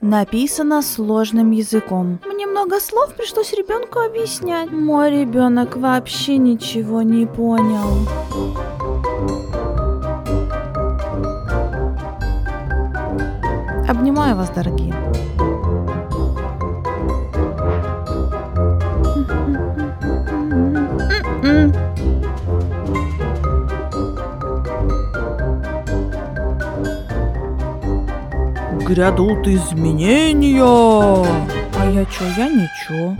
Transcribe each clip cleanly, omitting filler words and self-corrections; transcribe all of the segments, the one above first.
Написано сложным языком. Мне много слов пришлось ребенку объяснять. Мой ребенок вообще ничего не понял. Обнимаю вас, дорогие. Грядут изменения. А я чё? Я ничего.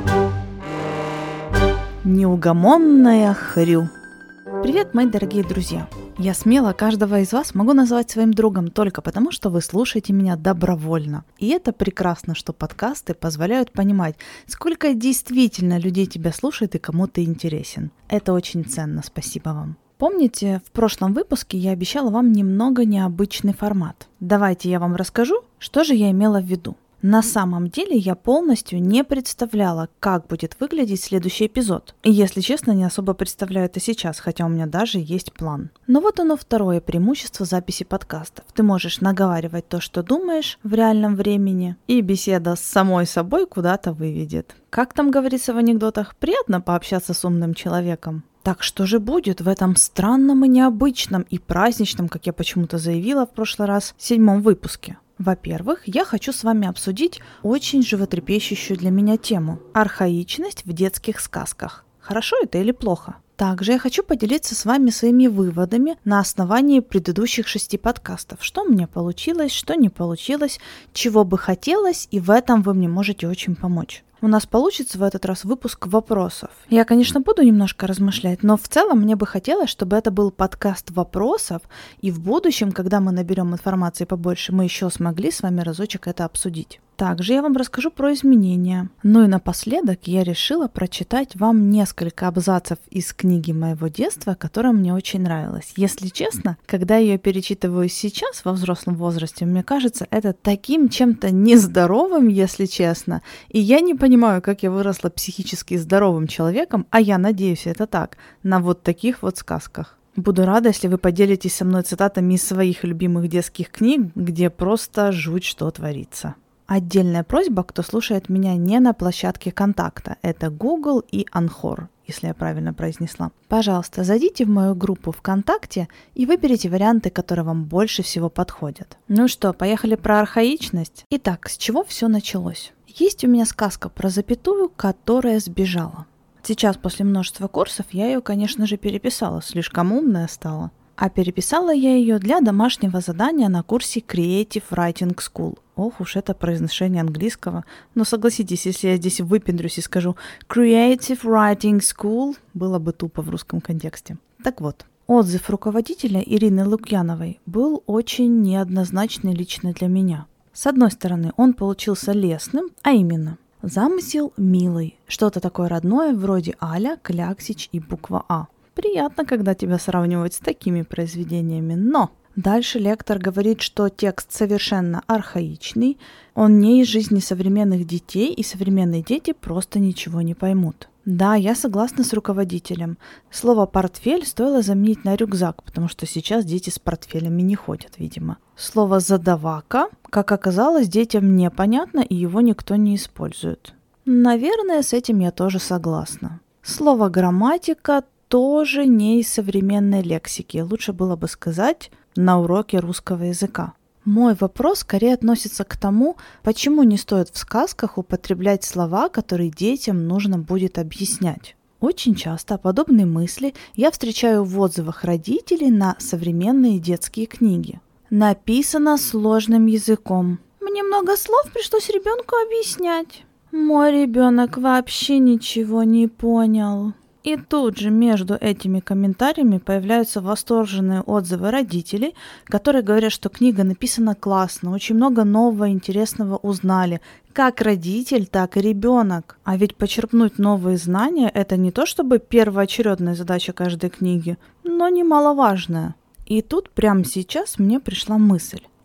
Неугомонная хрю. Привет, мои дорогие друзья. Я смело каждого из вас могу назвать своим другом только потому, что вы слушаете меня добровольно. И это прекрасно, что подкасты позволяют понимать, сколько действительно людей тебя слушает и кому ты интересен. Это очень ценно, спасибо вам. Помните, в прошлом выпуске я обещала вам немного необычный формат. Давайте я вам расскажу, что же я имела в виду. На самом деле я полностью не представляла, как будет выглядеть следующий эпизод. И, если честно, не особо представляю это сейчас, хотя у меня даже есть план. Но вот оно второе преимущество записи подкастов. Ты можешь наговаривать то, что думаешь в реальном времени, и беседа с самой собой куда-то выведет. Как там говорится в анекдотах, приятно пообщаться с умным человеком. Так что же будет в этом странном и необычном и праздничном, как я почему-то заявила в прошлый раз, 7-м выпуске? Во-первых, я хочу с вами обсудить очень животрепещущую для меня тему – архаичность в детских сказках. Хорошо это или плохо? Также я хочу поделиться с вами своими выводами на основании предыдущих 6 подкастов. Что мне получилось, что не получилось, чего бы хотелось, и в этом вы мне можете очень помочь. У нас получится в этот раз выпуск вопросов. Я, конечно, буду немножко размышлять, но в целом мне бы хотелось, чтобы это был подкаст вопросов, и в будущем, когда мы наберем информации побольше, мы еще смогли с вами разочек это обсудить. Также я вам расскажу про изменения. Ну и напоследок я решила прочитать вам несколько абзацев из книги моего детства, которая мне очень нравилась. Если честно, когда я ее перечитываю сейчас, во взрослом возрасте, мне кажется, это таким чем-то нездоровым, если честно. И я не понимаю, как я выросла психически здоровым человеком, а я надеюсь, это так, на вот таких вот сказках. Буду рада, если вы поделитесь со мной цитатами из своих любимых детских книг, где просто жуть, что творится. Отдельная просьба, кто слушает меня не на площадке Контакта. Это Google и Анхор, если я правильно произнесла. Пожалуйста, зайдите в мою группу ВКонтакте и выберите варианты, которые вам больше всего подходят. Ну что, поехали про архаичность? Итак, с чего все началось? Есть у меня сказка про запятую, которая сбежала. Сейчас, после множества курсов, я ее, конечно же, переписала, слишком умная стала. А переписала я ее для домашнего задания на курсе Creative Writing School. Ох уж это произношение английского. Но согласитесь, если я здесь выпендрюсь и скажу Creative Writing School, было бы тупо в русском контексте. Так вот, отзыв руководителя Ирины Лукьяновой был очень неоднозначный лично для меня. С одной стороны, он получился лестным, а именно замысел милый, что-то такое родное вроде Аля, Кляксич и буква А. Приятно, когда тебя сравнивают с такими произведениями, но дальше лектор говорит, что текст совершенно архаичный, он не из жизни современных детей, и современные дети просто ничего не поймут. Да, я согласна с руководителем. Слово «портфель» стоило заменить на «рюкзак», потому что сейчас дети с портфелями не ходят, видимо. Слово «задавака», как оказалось, детям непонятно, и его никто не использует. Наверное, с этим я тоже согласна. Слово «грамматика» тоже не из современной лексики. Лучше было бы сказать на уроке русского языка. Мой вопрос скорее относится к тому, почему не стоит в сказках употреблять слова, которые детям нужно будет объяснять. Очень часто подобные мысли я встречаю в отзывах родителей на современные детские книги. Написано сложным языком. Мне много слов пришлось ребенку объяснять. Мой ребенок вообще ничего не понял. И тут же между этими комментариями появляются восторженные отзывы родителей, которые говорят, что книга написана классно, очень много нового и интересного узнали, как родитель, так и ребенок. А ведь почерпнуть новые знания – это не то чтобы первоочередная задача каждой книги, но немаловажная. И тут прямо сейчас мне пришла мысль.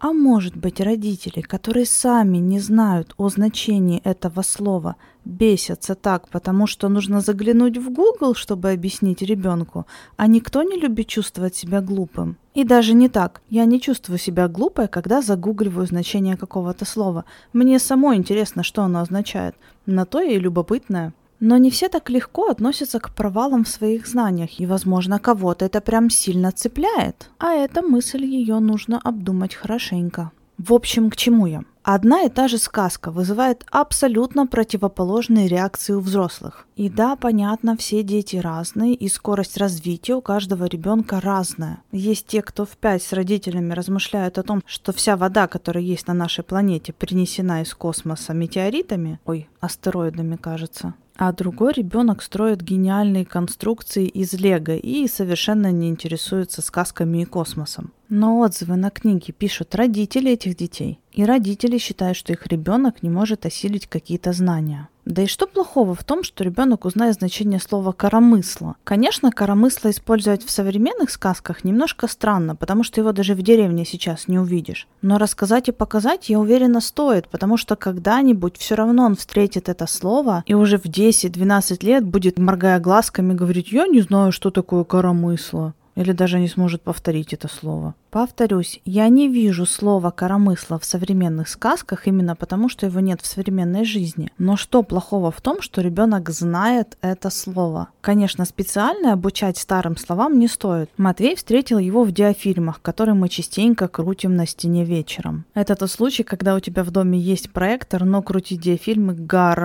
А может быть, родители, которые сами не знают о значении этого слова, бесятся так, потому что нужно заглянуть в Google, чтобы объяснить ребенку, а никто не любит чувствовать себя глупым. И даже не так. Я не чувствую себя глупой, когда загугливаю значение какого-то слова. Мне самой интересно, что оно означает. На то я и любопытная. Но не все так легко относятся к провалам в своих знаниях, и, возможно, кого-то это прям сильно цепляет. А эта мысль, ее нужно обдумать хорошенько. В общем, к чему я? Одна и та же сказка вызывает абсолютно противоположные реакции у взрослых. И да, понятно, все дети разные, и скорость развития у каждого ребенка разная. Есть те, кто в 5 с родителями размышляют о том, что вся вода, которая есть на нашей планете, принесена из космоса метеоритами, астероидами, кажется. А другой ребенок строит гениальные конструкции из лего и совершенно не интересуется сказками и космосом. Но отзывы на книги пишут родители этих детей. И родители считают, что их ребенок не может осилить какие-то знания. Да и что плохого в том, что ребенок узнает значение слова «коромысло»? Конечно, коромысло использовать в современных сказках немножко странно, потому что его даже в деревне сейчас не увидишь. Но рассказать и показать, я уверена, стоит, потому что когда-нибудь все равно он встретит это слово и уже в 10-12 лет будет, моргая глазками, говорить: «Я не знаю, что такое коромысло». Или даже не сможет повторить это слово. Повторюсь, я не вижу слова «коромысло» в современных сказках именно потому, что его нет в современной жизни. Но что плохого в том, что ребенок знает это слово? Конечно, специально обучать старым словам не стоит. Матвей встретил его в диафильмах, которые мы частенько крутим на стене вечером. Это тот случай, когда у тебя в доме есть проектор, но крутить диафильмы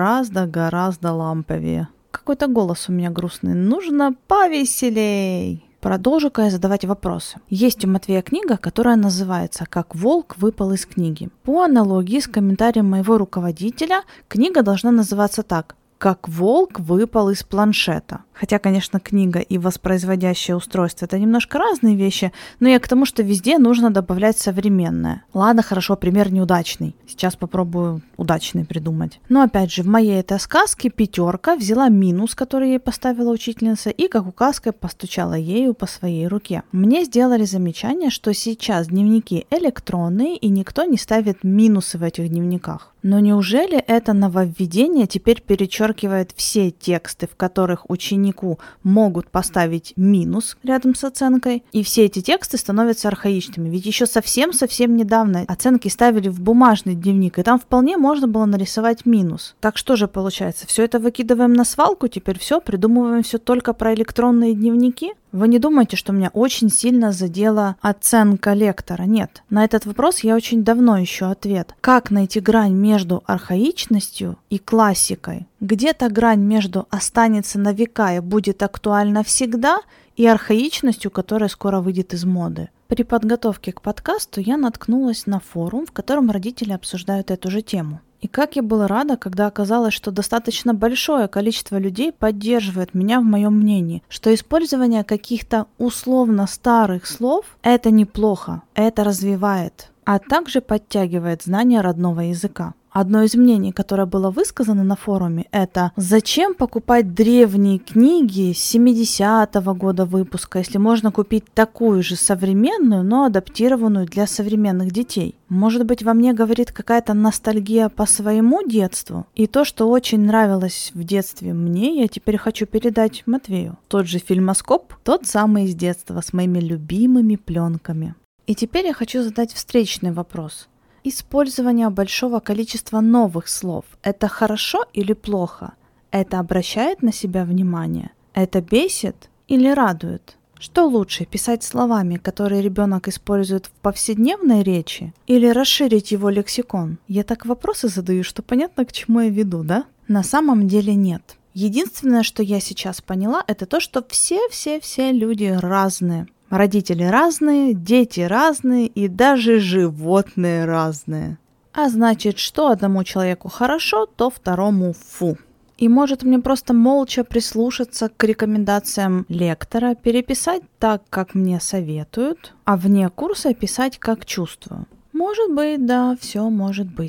гораздо ламповее. Какой-то голос у меня грустный. Нужно повеселей. Продолжу-ка я задавать вопросы. Есть у Матвея книга, которая называется «Как волк выпал из книги». По аналогии с комментарием моего руководителя, книга должна называться так: «Как волк выпал из планшета». Хотя, конечно, книга и воспроизводящее устройство — это немножко разные вещи, но я к тому, что везде нужно добавлять современное. Ладно, хорошо, пример неудачный. Сейчас попробую удачный придумать. Но опять же, в моей этой сказке 5 взяла минус, который ей поставила учительница, и как указкой постучала ею по своей руке. Мне сделали замечание, что сейчас дневники электронные, и никто не ставит минусы в этих дневниках. Но неужели это нововведение теперь перечеркивает все тексты, в которых ученику могут поставить минус рядом с оценкой, и все эти тексты становятся архаичными? Ведь еще совсем недавно оценки ставили в бумажный дневник, и там вполне можно было нарисовать минус. Так что же получается? Все это выкидываем на свалку, теперь все, придумываем все только про электронные дневники? Вы не думайте, что меня очень сильно задела оценка лектора. Нет. На этот вопрос я очень давно ищу ответ. Как найти грань между архаичностью и классикой? Где та грань между останется на века и будет актуальна всегда, и архаичностью, которая скоро выйдет из моды? При подготовке к подкасту я наткнулась на форум, в котором родители обсуждают эту же тему. И как я была рада, когда оказалось, что достаточно большое количество людей поддерживает меня в моем мнении, что использование каких-то условно старых слов – это неплохо, это развивает, а также подтягивает знания родного языка. Одно из мнений, которое было высказано на форуме, это: зачем покупать древние книги с 70-го года выпуска, если можно купить такую же современную, но адаптированную для современных детей? Может быть, во мне говорит какая-то ностальгия по своему детству? И то, что очень нравилось в детстве мне, я теперь хочу передать Матвею. Тот же фильмоскоп, тот самый из детства, с моими любимыми пленками. И теперь я хочу задать встречный вопрос. Использование большого количества новых слов – это хорошо или плохо? Это обращает на себя внимание? Это бесит или радует? Что лучше, писать словами, которые ребенок использует в повседневной речи, или расширить его лексикон? Я так вопросы задаю, что понятно, к чему я веду, да? На самом деле нет. Единственное, что я сейчас поняла, это то, что все люди разные. Родители разные, дети разные и даже животные разные. А значит, что одному человеку хорошо, то второму фу. И может мне просто молча прислушаться к рекомендациям лектора, переписать так, как мне советуют, а вне курса писать, как чувствую. Может быть, да, все может быть.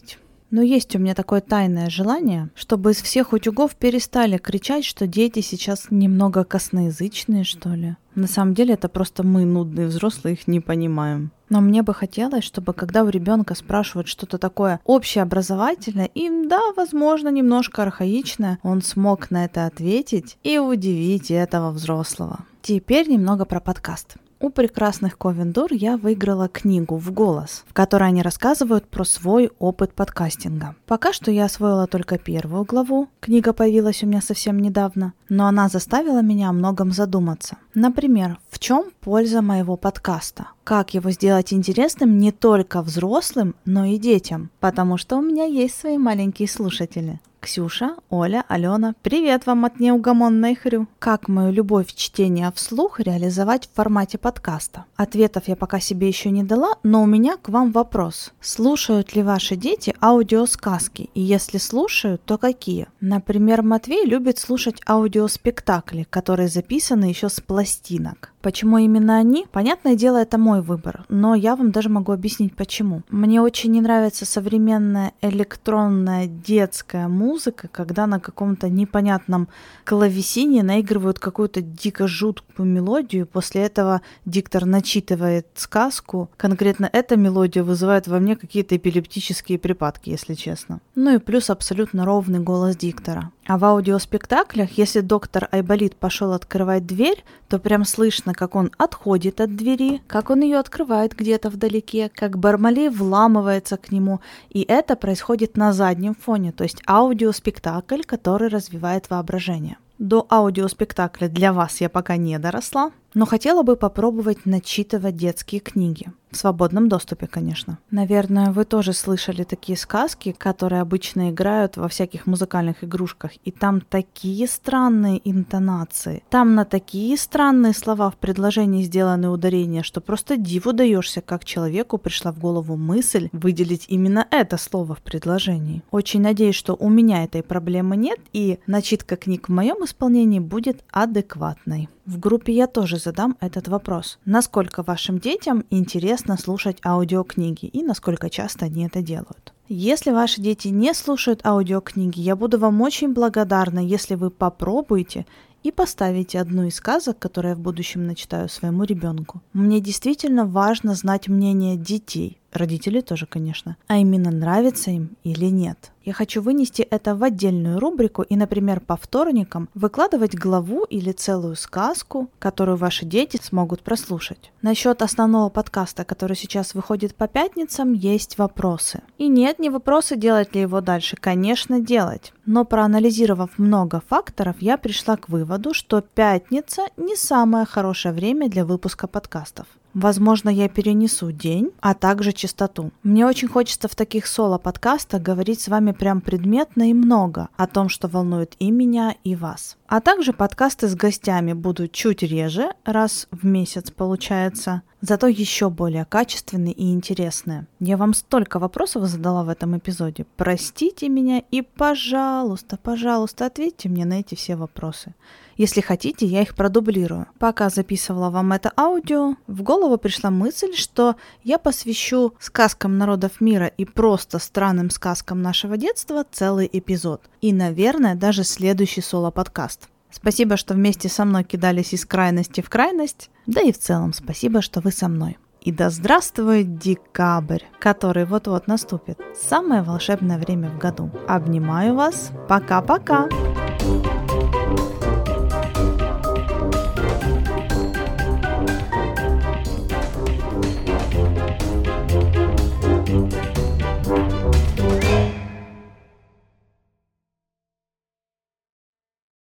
Но есть у меня такое тайное желание, чтобы из всех утюгов перестали кричать, что дети сейчас немного косноязычные, что ли. На самом деле это просто мы, нудные взрослые, их не понимаем. Но мне бы хотелось, чтобы когда у ребенка спрашивают что-то такое общеобразовательное, и да, возможно, немножко архаичное, он смог на это ответить и удивить этого взрослого. Теперь немного про подкаст. У прекрасных Ковендур я выиграла книгу «В голос», в которой они рассказывают про свой опыт подкастинга. Пока что я освоила только первую главу, книга появилась у меня совсем недавно, но она заставила меня о многом задуматься. Например, в чем польза моего подкаста? Как его сделать интересным не только взрослым, но и детям? Потому что у меня есть свои маленькие слушатели. Ксюша, Оля, Алена, привет вам от неугомонной Хрю. Как мою любовь чтения вслух реализовать в формате подкаста? Ответов я пока себе еще не дала, но у меня к вам вопрос. Слушают ли ваши дети аудиосказки? И если слушают, то какие? Например, Матвей любит слушать аудиоспектакли, которые записаны еще с пластинок. Почему именно они? Понятное дело, это мой выбор, но я вам даже могу объяснить почему. Мне очень не нравится современная электронная детская музыка, когда на каком-то непонятном клавесине наигрывают какую-то дико жуткую мелодию, после этого диктор начитывает сказку. Конкретно эта мелодия вызывает во мне какие-то эпилептические припадки, если честно. Ну и плюс абсолютно ровный голос диктора. А в аудиоспектаклях, если доктор Айболит пошел открывать дверь, то прям слышно, как он отходит от двери, как он ее открывает где-то вдалеке, как Бармалей вламывается к нему. И это происходит на заднем фоне, то есть аудиоспектакль, который развивает воображение. До аудиоспектакля для вас я пока не доросла, но хотела бы попробовать начитывать детские книги. В свободном доступе, конечно. Наверное, вы тоже слышали такие сказки, которые обычно играют во всяких музыкальных игрушках, и там такие странные интонации, там на такие странные слова в предложении сделаны ударения, что просто диву даешься, как человеку пришла в голову мысль выделить именно это слово в предложении. Очень надеюсь, что у меня этой проблемы нет, и начитка книг в моем исполнении будет адекватной. В группе я тоже задам этот вопрос. Насколько вашим детям интересно слушать аудиокниги и насколько часто они это делают? Если ваши дети не слушают аудиокниги, я буду вам очень благодарна, если вы попробуете и поставите одну из сказок, которые я в будущем начитаю своему ребенку. Мне действительно важно знать мнение детей, родителей тоже, конечно, а именно нравится им или нет. Я хочу вынести это в отдельную рубрику и, например, по вторникам выкладывать главу или целую сказку, которую ваши дети смогут прослушать. Насчет основного подкаста, который сейчас выходит по пятницам, есть вопросы. И нет, не вопросы, делать ли его дальше. Конечно, делать. Но проанализировав много факторов, я пришла к выводу, что пятница не самое хорошее время для выпуска подкастов. Возможно, я перенесу день, а также частоту. Мне очень хочется в таких соло-подкастах говорить с вами прям предметно и много о том, что волнует и меня, и вас. А также подкасты с гостями будут чуть реже, раз в месяц получается, зато еще более качественные и интересные. Я вам столько вопросов задала в этом эпизоде. Простите меня и, пожалуйста, ответьте мне на эти все вопросы. Если хотите, я их продублирую. Пока записывала вам это аудио, в голову пришла мысль, что я посвящу сказкам народов мира и просто странным сказкам нашего детства целый эпизод. И, наверное, даже следующий соло-подкаст. Спасибо, что вместе со мной кидались из крайности в крайность. Да и в целом спасибо, что вы со мной. И да здравствует декабрь, который вот-вот наступит. Самое волшебное время в году. Обнимаю вас. Пока-пока.